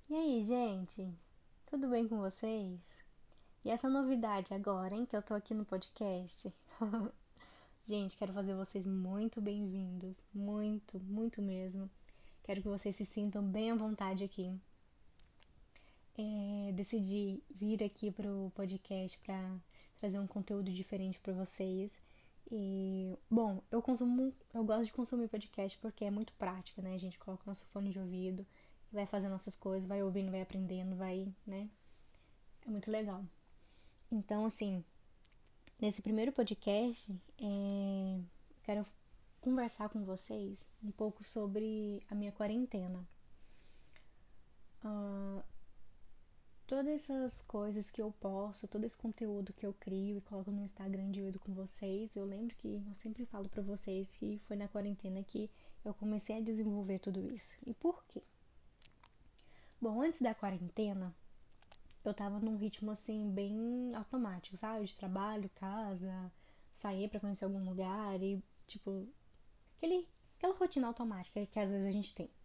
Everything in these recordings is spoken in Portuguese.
E aí, gente? Tudo bem com vocês? E essa novidade agora, hein, que eu tô aqui no podcast? Gente, quero fazer vocês muito bem-vindos. Muito, muito mesmo. Quero que vocês se sintam bem à vontade aqui. Decidi vir aqui pro podcast pra trazer um conteúdo diferente pra vocês. E, bom, eu gosto de consumir podcast porque é muito prático, né? A gente coloca nosso fone de ouvido, vai fazendo nossas coisas, vai ouvindo, vai aprendendo, vai, né? É muito legal. Então, assim, nesse primeiro podcast, quero conversar com vocês um pouco sobre a minha quarentena. Ah, todas essas coisas que eu posto, todo esse conteúdo que eu crio e coloco no Instagram e divido com vocês, eu lembro que eu sempre falo pra vocês que foi na quarentena que eu comecei a desenvolver tudo isso. E por quê? Bom, antes da quarentena, eu tava num ritmo assim bem automático, sabe? De trabalho, casa, sair pra conhecer algum lugar e tipo aquele aquela rotina automática que às vezes a gente tem.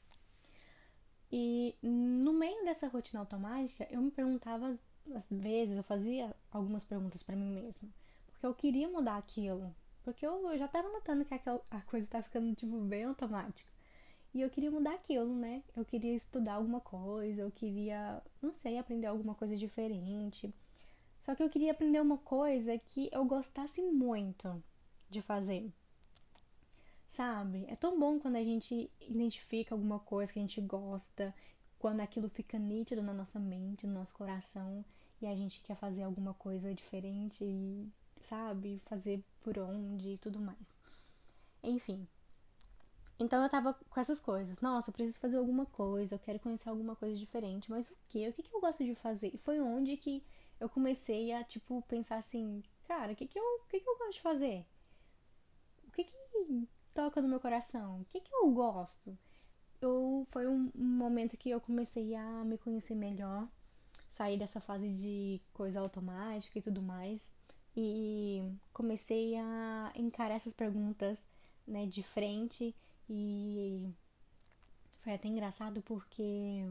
E no meio dessa rotina automática, eu me perguntava às vezes, eu fazia algumas perguntas pra mim mesma, porque eu queria mudar aquilo, porque eu já tava notando que a coisa tá ficando tipo bem automática. E eu queria mudar aquilo, né? Eu queria estudar alguma coisa, eu queria, não sei, aprender alguma coisa diferente. Só que eu queria aprender uma coisa que eu gostasse muito de fazer, sabe? É tão bom quando a gente identifica alguma coisa que a gente gosta, quando aquilo fica nítido na nossa mente, no nosso coração, e a gente quer fazer alguma coisa diferente e, sabe, fazer por onde e tudo mais. Enfim. Então eu tava com essas coisas. Nossa, eu preciso fazer alguma coisa, eu quero conhecer alguma coisa diferente, mas o quê? O que que eu gosto de fazer? E foi onde que eu comecei a, tipo, pensar assim, cara, o que que eu gosto de fazer? O que que toca no meu coração? O que que eu gosto? Foi um momento que eu comecei a me conhecer melhor, sair dessa fase de coisa automática e tudo mais, e comecei a encarar essas perguntas, né, de frente. E foi até engraçado porque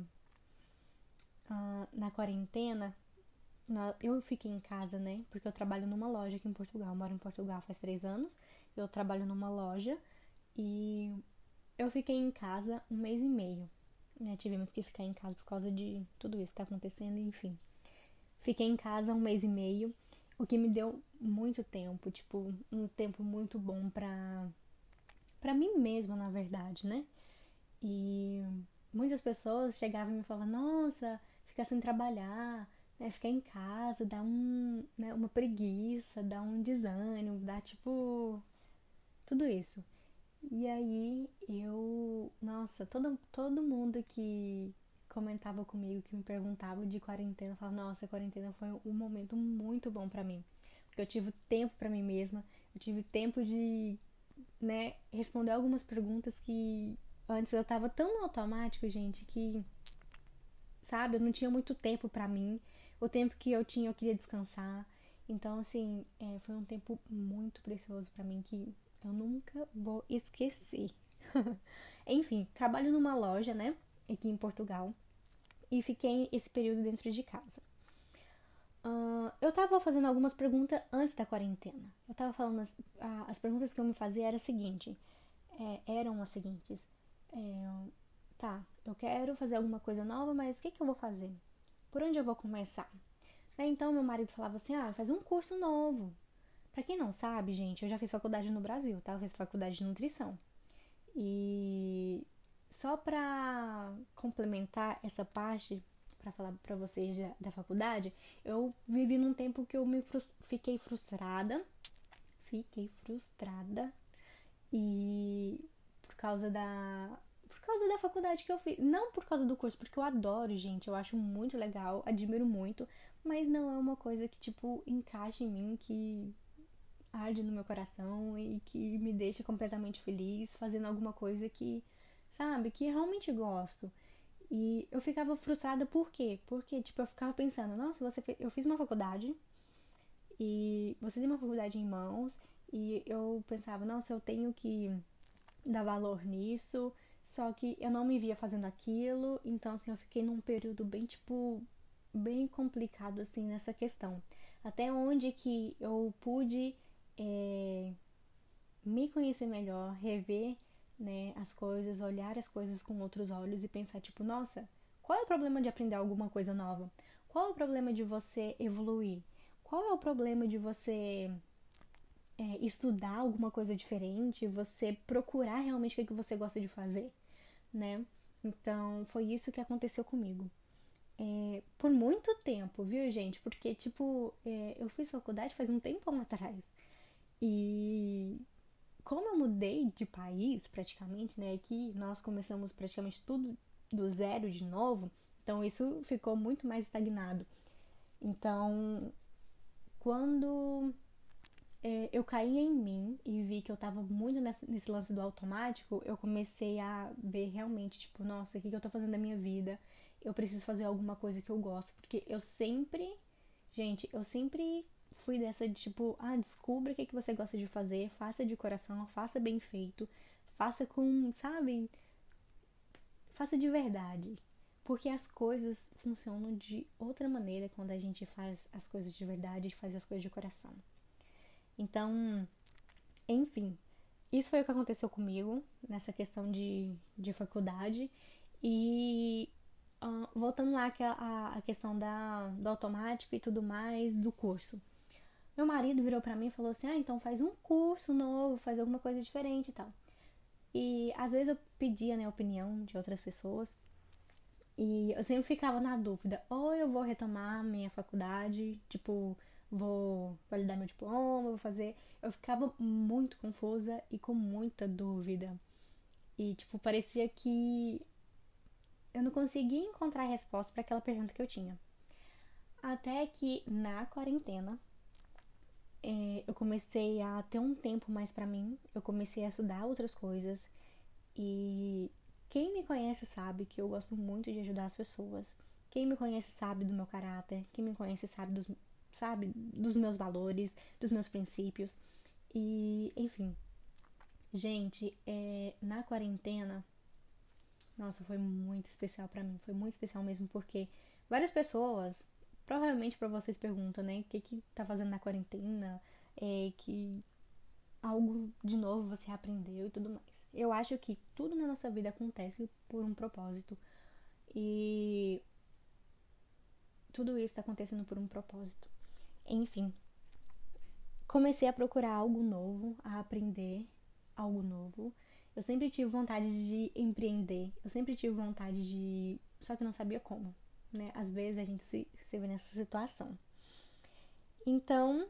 na quarentena eu fiquei em casa, né? Porque eu trabalho numa loja aqui em Portugal. Eu moro em Portugal faz 3 anos. Eu trabalho numa loja e eu fiquei em casa um mês e meio. Né? Tivemos que ficar em casa por causa de tudo isso que tá acontecendo, enfim. Fiquei em casa um mês e meio, o que me deu muito tempo, tipo, um tempo muito bom pra mim mesma, na verdade, né? E muitas pessoas chegavam e me falavam, nossa, ficar sem trabalhar, né, ficar em casa, dá né, uma preguiça, dá um desânimo, dá tipo tudo isso. E aí nossa, todo mundo que comentava comigo, que me perguntava de quarentena, falava, nossa, a quarentena foi um momento muito bom pra mim. Porque eu tive tempo pra mim mesma, eu tive tempo de, né, responder algumas perguntas que antes eu tava tão no automático, gente, que, sabe, eu não tinha muito tempo pra mim. O tempo que eu tinha, eu queria descansar. Então, assim, foi um tempo muito precioso pra mim que eu nunca vou esquecer. Enfim, trabalho numa loja, né, aqui em Portugal, e fiquei esse período dentro de casa. Eu tava fazendo algumas perguntas antes da quarentena. Eu tava falando, as perguntas que eu me fazia eram as seguintes. É, tá, eu quero fazer alguma coisa nova, mas o que que eu vou fazer? Por onde eu vou começar? Então meu marido falava assim, faz um curso novo. Pra quem não sabe, gente, eu já fiz faculdade no Brasil, tá? Eu fiz faculdade de nutrição. E só pra complementar essa parte, pra falar pra vocês da faculdade, eu vivi num tempo que eu fiquei frustrada. Fiquei frustrada e por causa da faculdade que eu fiz. Não por causa do curso, porque eu adoro, gente. Eu acho muito legal, admiro muito. Mas não é uma coisa que, tipo, encaixa em mim, que arde no meu coração e que me deixa completamente feliz fazendo alguma coisa que, sabe, que eu realmente gosto. E eu ficava frustrada por quê? Porque, tipo, eu ficava pensando, nossa, eu fiz uma faculdade e você tem uma faculdade em mãos e eu pensava, nossa, eu tenho que dar valor nisso, Só que eu não me via fazendo aquilo, então assim, eu fiquei num período bem, tipo, bem complicado, assim, nessa questão. Até onde que eu pude me conhecer melhor, rever, né, as coisas, olhar as coisas com outros olhos e pensar, tipo, nossa, qual é o problema de aprender alguma coisa nova? Qual é o problema de você evoluir? Qual é o problema de você estudar alguma coisa diferente? Você procurar realmente o que você gosta de fazer, né? Então, foi isso que aconteceu comigo. Por muito tempo, viu, gente? Porque, tipo, eu fiz faculdade faz um tempão atrás. E como eu mudei de país praticamente, né? Aqui nós começamos praticamente tudo do zero de novo, então isso ficou muito mais estagnado. Então, quando eu caí em mim e vi que eu tava muito nesse lance do automático, eu comecei a ver realmente, tipo, nossa, o que eu tô fazendo da minha vida? Eu preciso fazer alguma coisa que eu gosto, porque eu sempre fui dessa de tipo, descubra o que você gosta de fazer, faça de coração, faça bem feito, faça com, sabe, faça de verdade. Porque as coisas funcionam de outra maneira quando a gente faz as coisas de verdade, faz as coisas de coração. Então, enfim, isso foi o que aconteceu comigo nessa questão de faculdade. E voltando lá a questão do automático e tudo mais, do curso. Meu marido virou pra mim e falou assim: então faz um curso novo, faz alguma coisa diferente e tal. E às vezes eu pedia, né, a opinião de outras pessoas. E eu sempre ficava na dúvida: ou eu vou retomar minha faculdade, tipo, vou validar meu diploma, vou fazer. Eu ficava muito confusa e com muita dúvida. E, tipo, parecia que eu não conseguia encontrar resposta para aquela pergunta que eu tinha. Até que na quarentena eu comecei a ter um tempo mais pra mim, eu comecei a estudar outras coisas e quem me conhece sabe que eu gosto muito de ajudar as pessoas. Quem me conhece sabe do meu caráter, quem me conhece sabe dos meus valores, dos meus princípios. E, enfim, gente, na quarentena, nossa, foi muito especial pra mim, foi muito especial mesmo porque várias pessoas, provavelmente pra vocês perguntam, né, o que que tá fazendo na quarentena, que algo de novo você aprendeu e tudo mais. Eu acho que tudo na nossa vida acontece por um propósito e tudo isso está acontecendo por um propósito. Enfim, comecei a procurar algo novo, a aprender algo novo. Eu sempre tive vontade de empreender, eu sempre tive vontade de. Só que não sabia como, né? Às vezes a gente se vê nessa situação. Então,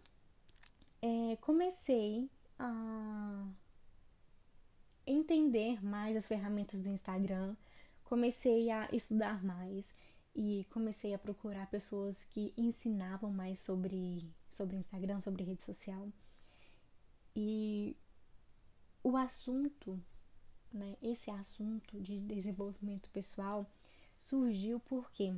comecei a entender mais as ferramentas do Instagram, comecei a estudar mais e comecei a procurar pessoas que ensinavam mais sobre Instagram, sobre rede social. E o assunto, né, esse assunto de desenvolvimento pessoal surgiu porque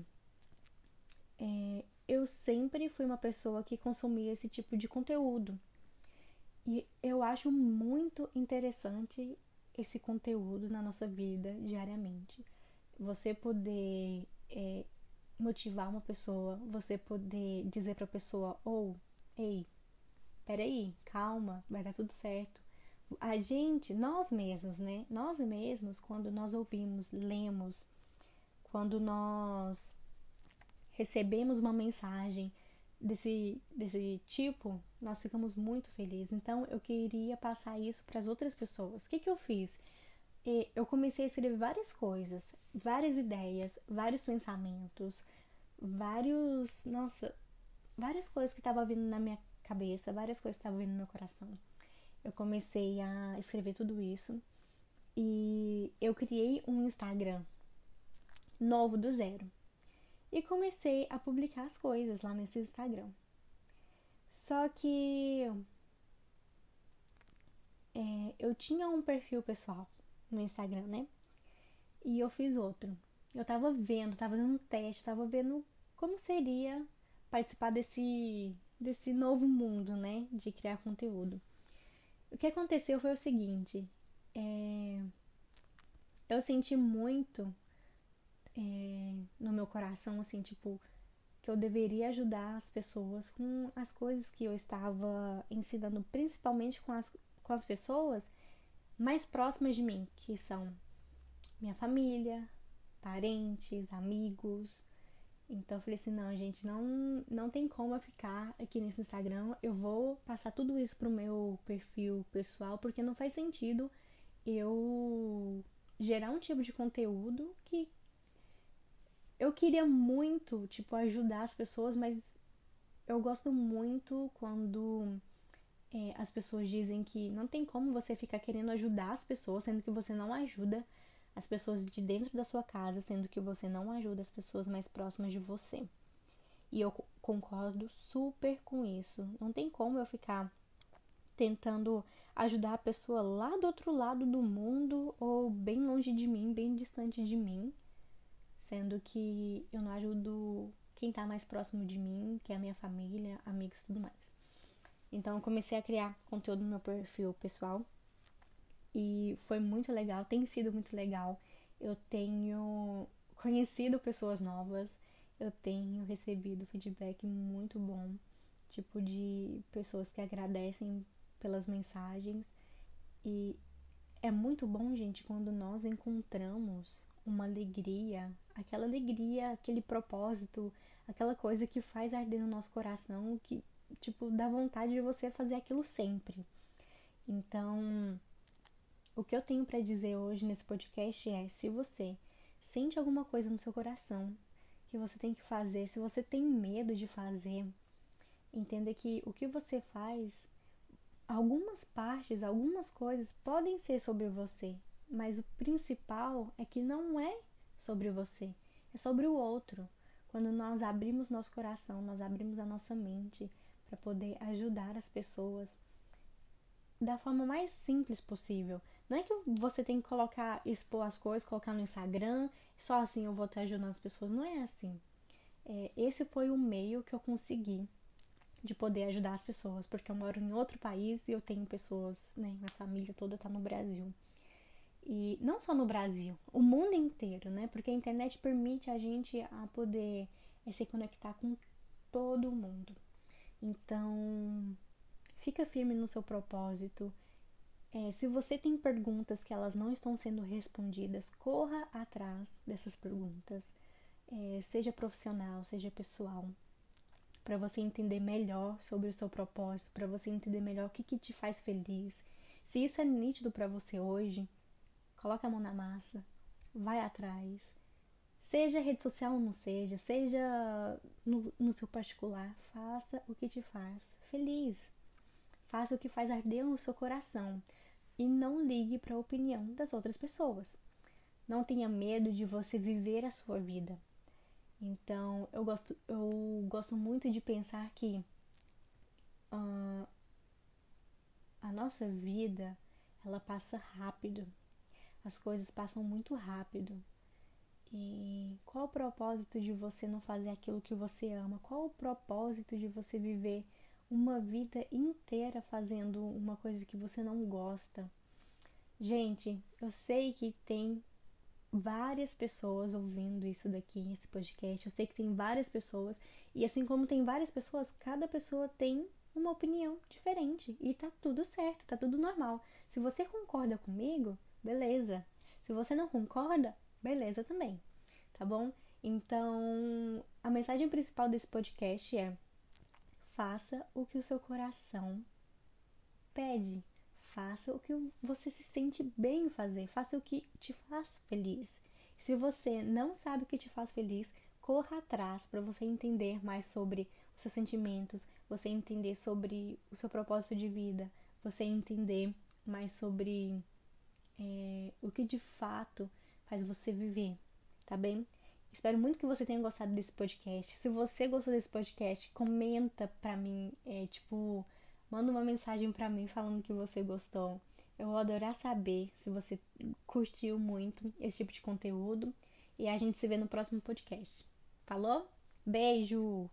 eu sempre fui uma pessoa que consumia esse tipo de conteúdo. E eu acho muito interessante esse conteúdo na nossa vida diariamente. Você poder motivar uma pessoa, você poder dizer pra pessoa, ei, peraí, calma, vai dar tudo certo. A gente, nós mesmos, né? Nós mesmos, quando nós ouvimos, lemos, quando nós recebemos uma mensagem desse tipo, nós ficamos muito felizes. Então, eu queria passar isso para as outras pessoas. O que eu fiz? Eu comecei a escrever várias coisas, várias ideias, vários pensamentos, várias coisas que estavam vindo na minha cabeça, várias coisas que estavam vindo no meu coração. Eu comecei a escrever tudo isso e eu criei um Instagram novo do zero e comecei a publicar as coisas lá nesse Instagram. Só que eu tinha um perfil pessoal no Instagram, né? E eu fiz outro. Eu tava dando um teste, tava vendo como seria participar desse novo mundo, né? De criar conteúdo. O que aconteceu foi o seguinte: eu senti muito no meu coração, assim, tipo, que eu deveria ajudar as pessoas com as coisas que eu estava ensinando, principalmente com as pessoas mais próximas de mim, que são minha família, parentes, amigos. Então eu falei assim, não, gente, não tem como eu ficar aqui nesse Instagram. Eu vou passar tudo isso pro meu perfil pessoal, porque não faz sentido eu gerar um tipo de conteúdo que eu queria muito, tipo, ajudar as pessoas, mas eu gosto muito quando as pessoas dizem que não tem como você ficar querendo ajudar as pessoas, sendo que você não ajuda as pessoas de dentro da sua casa, sendo que você não ajuda as pessoas mais próximas de você. E eu concordo super com isso. Não tem como eu ficar tentando ajudar a pessoa lá do outro lado do mundo ou bem longe de mim, bem distante de mim, sendo que eu não ajudo quem tá mais próximo de mim, que é a minha família, amigos e tudo mais. Então eu comecei a criar conteúdo no meu perfil pessoal e foi muito legal, tem sido muito legal. Eu tenho conhecido pessoas novas, eu tenho recebido feedback muito bom, tipo de pessoas que agradecem pelas mensagens e é muito bom, gente, quando nós encontramos uma alegria, aquele propósito, aquela coisa que faz arder no nosso coração, que tipo dá vontade de você fazer aquilo sempre. Então, o que eu tenho para dizer hoje nesse podcast é: se você sente alguma coisa no seu coração que você tem que fazer, se você tem medo de fazer, entenda que o que você faz, algumas partes, algumas coisas podem ser sobre você, mas o principal é que não é sobre você, é sobre o outro. Quando nós abrimos nosso coração, nós abrimos a nossa mente para poder ajudar as pessoas da forma mais simples possível. Não é que você tem que expor as coisas, colocar no Instagram, só assim eu vou te ajudando as pessoas. Não é assim. Esse foi o meio que eu consegui de poder ajudar as pessoas, porque eu moro em outro país e eu tenho pessoas, né, minha família toda tá no Brasil. E não só no Brasil, o mundo inteiro, né? Porque a internet permite a gente a poder se conectar com todo mundo. Então, fica firme no seu propósito. Se você tem perguntas que elas não estão sendo respondidas, corra atrás dessas perguntas. Seja profissional, seja pessoal, para você entender melhor sobre o seu propósito, para você entender melhor o que te faz feliz. Se isso é nítido para você hoje, coloca a mão na massa, vai atrás. Seja rede social ou não seja, seja no seu particular, faça o que te faz feliz. Faça o que faz arder o seu coração e não ligue para a opinião das outras pessoas. Não tenha medo de você viver a sua vida. Então, eu gosto muito de pensar que uh, a nossa vida, ela passa rápido. As coisas passam muito rápido. E qual o propósito de você não fazer aquilo que você ama? Qual o propósito de você viver uma vida inteira fazendo uma coisa que você não gosta? Gente, eu sei que tem várias pessoas ouvindo isso daqui, esse podcast. Eu sei que tem várias pessoas. E assim como tem várias pessoas, cada pessoa tem uma opinião diferente. E tá tudo certo, tá tudo normal. Se você concorda comigo, beleza. Se você não concorda, beleza também. Tá bom? Então, a mensagem principal desse podcast é: faça o que o seu coração pede. Faça o que você se sente bem em fazer. Faça o que te faz feliz. Se você não sabe o que te faz feliz, corra atrás para você entender mais sobre os seus sentimentos, você entender sobre o seu propósito de vida, você entender mais sobre o que de fato faz você viver, tá bem? Espero muito que você tenha gostado desse podcast. Se você gostou desse podcast, comenta pra mim, manda uma mensagem pra mim falando que você gostou. Eu vou adorar saber se você curtiu muito esse tipo de conteúdo. E a gente se vê no próximo podcast. Falou? Beijo!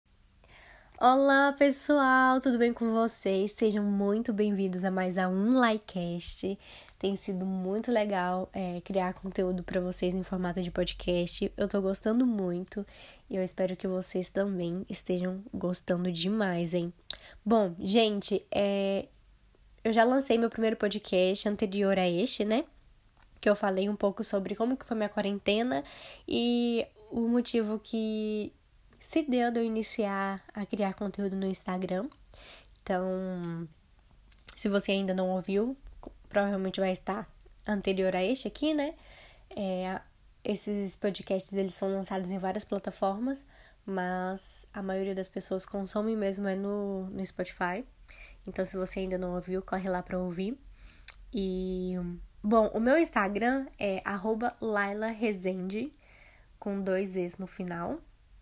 Olá pessoal, tudo bem com vocês? Sejam muito bem-vindos a mais um Likecast. Tem sido muito legal criar conteúdo para vocês em formato de podcast. Eu tô gostando muito e eu espero que vocês também estejam gostando demais, hein? Bom, gente, eu já lancei meu primeiro podcast anterior a este, né? Que eu falei um pouco sobre como que foi minha quarentena e o motivo que se deu de eu iniciar a criar conteúdo no Instagram. Então, se você ainda não ouviu, provavelmente vai estar anterior a este aqui, né? Esses podcasts, eles são lançados em várias plataformas, mas a maioria das pessoas consomem mesmo no Spotify. Então, se você ainda não ouviu, corre lá pra ouvir. E, bom, o meu Instagram é @lailarezende, com 2 Es no final.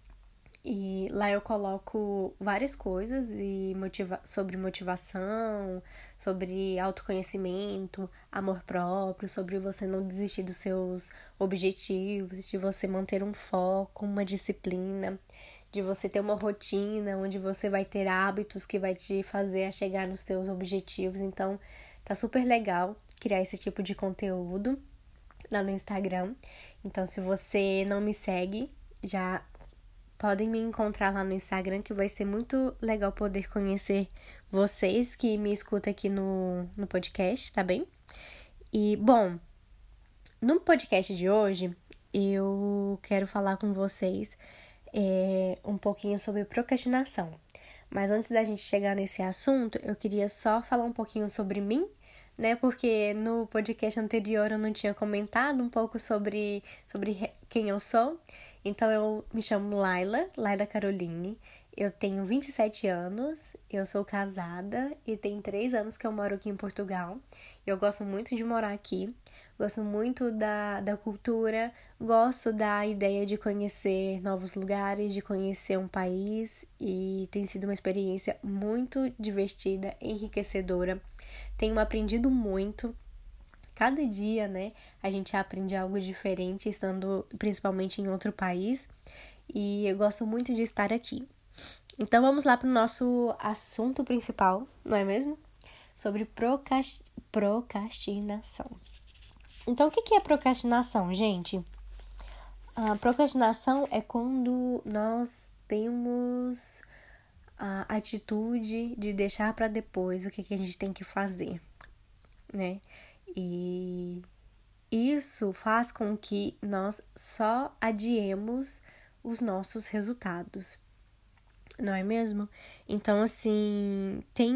E lá eu coloco várias coisas sobre motivação, sobre autoconhecimento, amor próprio, sobre você não desistir dos seus objetivos, de você manter um foco, uma disciplina, de você ter uma rotina onde você vai ter hábitos que vai te fazer a chegar nos seus objetivos. Então, tá super legal criar esse tipo de conteúdo lá no Instagram. Então, se você não me segue, já podem me encontrar lá no Instagram, que vai ser muito legal poder conhecer vocês que me escutam aqui no podcast, tá bem? E, bom, no podcast de hoje, eu quero falar com vocês um pouquinho sobre procrastinação. Mas antes da gente chegar nesse assunto, eu queria só falar um pouquinho sobre mim, né? Porque no podcast anterior eu não tinha comentado um pouco sobre quem eu sou. Então, eu me chamo Laila Caroline, eu tenho 27 anos, eu sou casada e tem 3 anos que eu moro aqui em Portugal. Eu gosto muito de morar aqui, gosto muito da cultura, gosto da ideia de conhecer novos lugares, de conhecer um país e tem sido uma experiência muito divertida, enriquecedora. Tenho aprendido muito. Cada dia, né, a gente aprende algo diferente, estando principalmente em outro país, e eu gosto muito de estar aqui. Então, vamos lá para o nosso assunto principal, não é mesmo? Sobre procrastinação. Então, o que é procrastinação, gente? A procrastinação é quando nós temos a atitude de deixar para depois o que a gente tem que fazer, né? E isso faz com que nós só adiemos os nossos resultados, não é mesmo? Então, assim, tem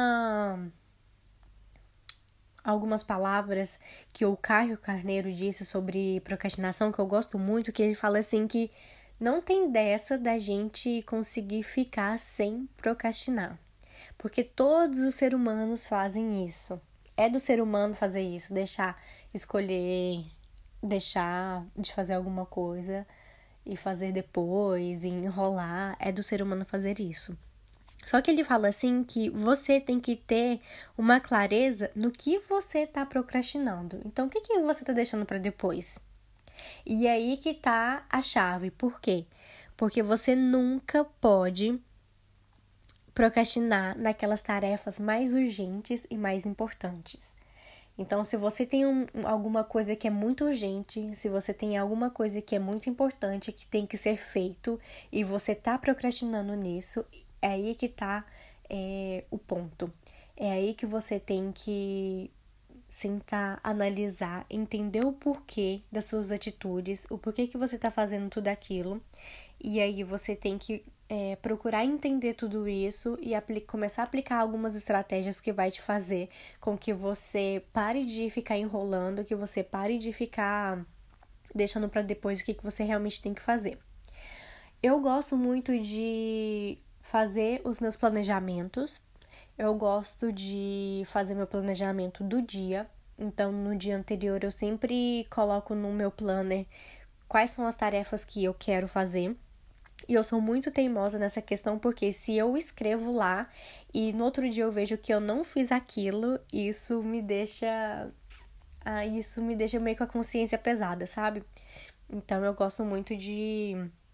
algumas palavras que o Caio Carneiro disse sobre procrastinação, que eu gosto muito, que ele fala assim que não tem dessa da gente conseguir ficar sem procrastinar, porque todos os seres humanos fazem isso. É do ser humano fazer isso, escolher deixar de fazer alguma coisa e fazer depois, e enrolar. É do ser humano fazer isso. Só que ele fala assim que você tem que ter uma clareza no que você está procrastinando. Então, o que você está deixando para depois? E aí que tá a chave. Por quê? Porque você nunca pode procrastinar naquelas tarefas mais urgentes e mais importantes. Então, se você tem alguma coisa que é muito urgente, se você tem alguma coisa que é muito importante, que tem que ser feito, e você tá procrastinando nisso, é aí que tá o ponto. É aí que você tem que sentar, analisar, entender o porquê das suas atitudes, o porquê que você tá fazendo tudo aquilo, e aí você tem que procurar entender tudo isso e começar a aplicar algumas estratégias que vai te fazer com que você pare de ficar enrolando, que você pare de ficar deixando para depois o que você realmente tem que fazer. Eu gosto muito de fazer os meus planejamentos. Eu gosto de fazer meu planejamento do dia. Então, no dia anterior, eu sempre coloco no meu planner quais são as tarefas que eu quero fazer. E eu sou muito teimosa nessa questão, porque se eu escrevo lá e no outro dia eu vejo que eu não fiz aquilo, isso me deixa meio com a consciência pesada, sabe? Então eu gosto muito de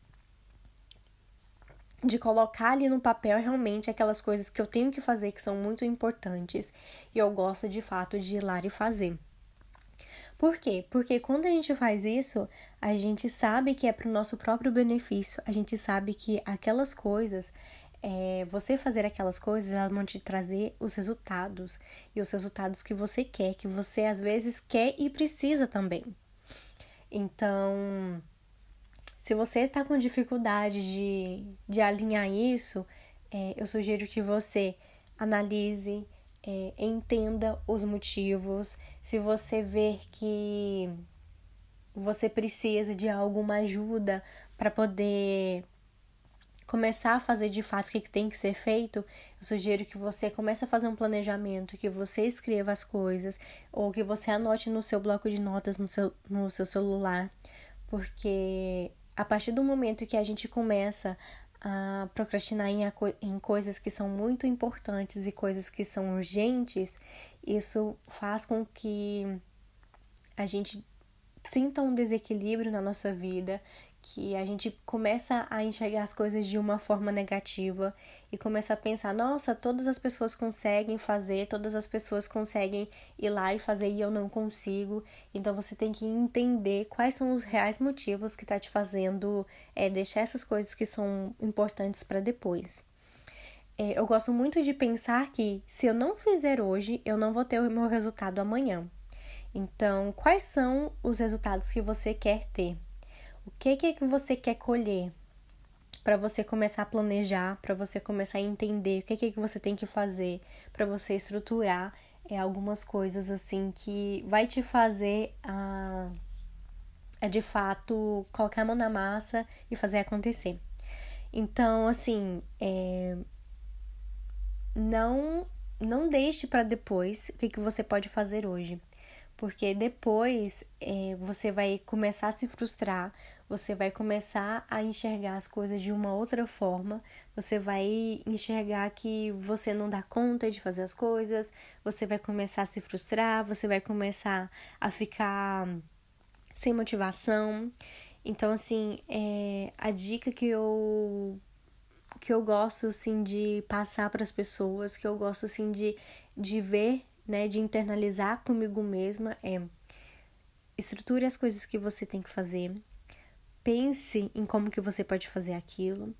colocar ali no papel realmente aquelas coisas que eu tenho que fazer, que são muito importantes, e eu gosto de fato de ir lá e fazer. Por quê? Porque quando a gente faz isso, a gente sabe que é para o nosso próprio benefício, a gente sabe que aquelas coisas, você fazer aquelas coisas, elas vão te trazer os resultados, e os resultados que você quer, que você às vezes quer e precisa também. Então, se você está com dificuldade de alinhar isso, eu sugiro que você analise, entenda os motivos. Se você ver que você precisa de alguma ajuda para poder começar a fazer de fato o que tem que ser feito, eu sugiro que você comece a fazer um planejamento, que você escreva as coisas, ou que você anote no seu bloco de notas no seu celular, porque a partir do momento que a gente começa a procrastinar em coisas que são muito importantes e coisas que são urgentes, isso faz com que a gente sinta um desequilíbrio na nossa vida, que a gente começa a enxergar as coisas de uma forma negativa e começa a pensar, nossa, todas as pessoas conseguem fazer, todas as pessoas conseguem ir lá e fazer e eu não consigo. Então você tem que entender quais são os reais motivos que tá te fazendo deixar essas coisas que são importantes para depois. Eu gosto muito de pensar que se eu não fizer hoje, eu não vou ter o meu resultado amanhã. Então, quais são os resultados que você quer ter? O que é que você quer colher? Para você começar a planejar, para você começar a entender o que é que você tem que fazer, para você estruturar algumas coisas assim que vai te fazer de fato colocar a mão na massa e fazer acontecer. Então, assim, não deixe para depois o que você pode fazer hoje. Porque depois você vai começar a se frustrar, você vai começar a enxergar as coisas de uma outra forma, você vai enxergar que você não dá conta de fazer as coisas, você vai começar a se frustrar, você vai começar a ficar sem motivação. Então, assim, a dica que eu gosto, assim, de passar para as pessoas, que eu gosto, assim, de ver, né, de internalizar comigo mesma estruture as coisas que você tem que fazer, pense em como que você pode fazer aquilo,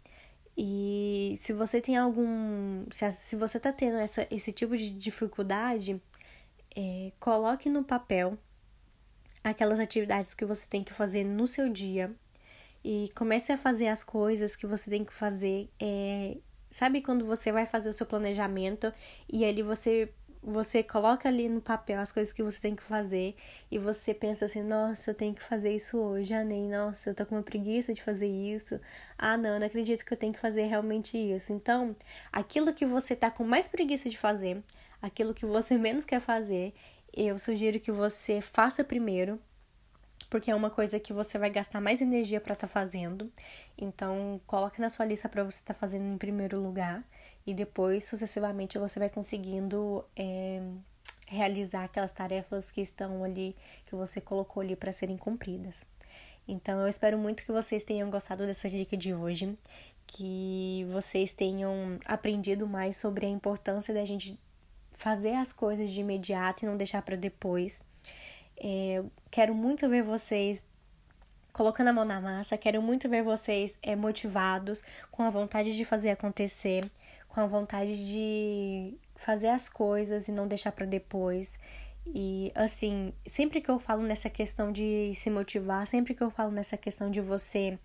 e se você tem se você tá tendo esse tipo de dificuldade, coloque no papel aquelas atividades que você tem que fazer no seu dia e comece a fazer as coisas que você tem que fazer. Sabe quando você vai fazer o seu planejamento e ali você coloca ali no papel as coisas que você tem que fazer e você pensa assim, nossa, eu tenho que fazer isso hoje, nem, nossa, eu tô com uma preguiça de fazer isso, não acredito que eu tenho que fazer realmente isso. Então, aquilo que você tá com mais preguiça de fazer, aquilo que você menos quer fazer, eu sugiro que você faça primeiro, porque é uma coisa que você vai gastar mais energia para estar fazendo. Então, coloque na sua lista para você estar fazendo em primeiro lugar e depois, sucessivamente, você vai conseguindo realizar aquelas tarefas que estão ali, que você colocou ali para serem cumpridas. Então, eu espero muito que vocês tenham gostado dessa dica de hoje, que vocês tenham aprendido mais sobre a importância da gente fazer as coisas de imediato e não deixar para depois. Quero muito ver vocês colocando a mão na massa, quero muito ver vocês motivados, com a vontade de fazer acontecer, com a vontade de fazer as coisas e não deixar para depois. E assim, sempre que eu falo nessa questão de se motivar, sempre que eu falo nessa questão de você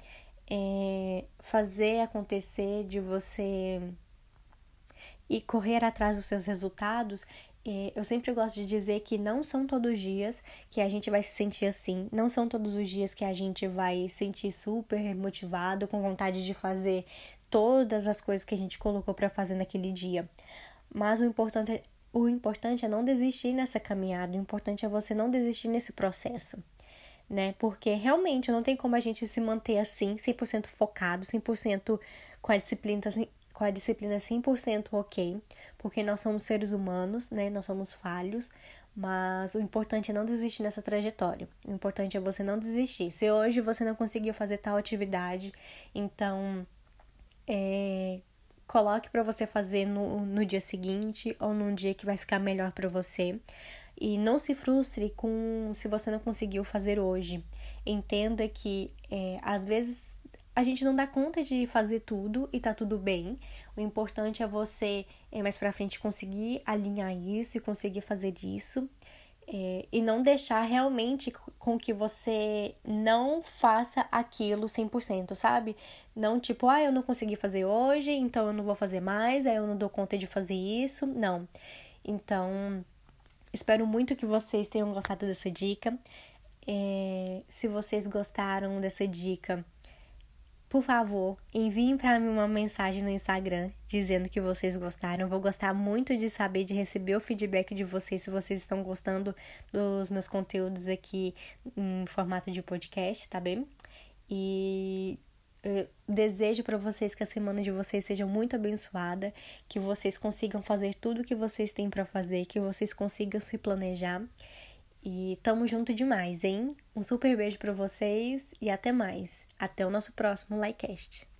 fazer acontecer, de você ir correr atrás dos seus resultados, eu sempre gosto de dizer que não são todos os dias que a gente vai se sentir assim, não são todos os dias que a gente vai se sentir super motivado, com vontade de fazer todas as coisas que a gente colocou para fazer naquele dia. Mas o importante é não desistir nessa caminhada, o importante é você não desistir nesse processo, né? Porque realmente não tem como a gente se manter assim, 100% focado, 100% com a disciplina 100% ok, porque nós somos seres humanos, né? Nós somos falhos, mas o importante é não desistir nessa trajetória. O importante é você não desistir. Se hoje você não conseguiu fazer tal atividade, então coloque para você fazer no dia seguinte ou num dia que vai ficar melhor para você. E não se frustre se você não conseguiu fazer hoje. Entenda que às vezes a gente não dá conta de fazer tudo e tá tudo bem. O importante é você mais pra frente conseguir alinhar isso e conseguir fazer isso. E não deixar realmente com que você não faça aquilo 100%, sabe? Não tipo, eu não consegui fazer hoje, então eu não vou fazer mais, aí eu não dou conta de fazer isso. Não. Então, espero muito que vocês tenham gostado dessa dica. Se vocês gostaram dessa dica, por favor, enviem para mim uma mensagem no Instagram dizendo que vocês gostaram. Eu vou gostar muito de saber, de receber o feedback de vocês, se vocês estão gostando dos meus conteúdos aqui em formato de podcast, tá bem? E eu desejo para vocês que a semana de vocês seja muito abençoada, que vocês consigam fazer tudo o que vocês têm para fazer, que vocês consigam se planejar. E tamo junto demais, hein? Um super beijo para vocês e até mais. Até o nosso próximo Likecast.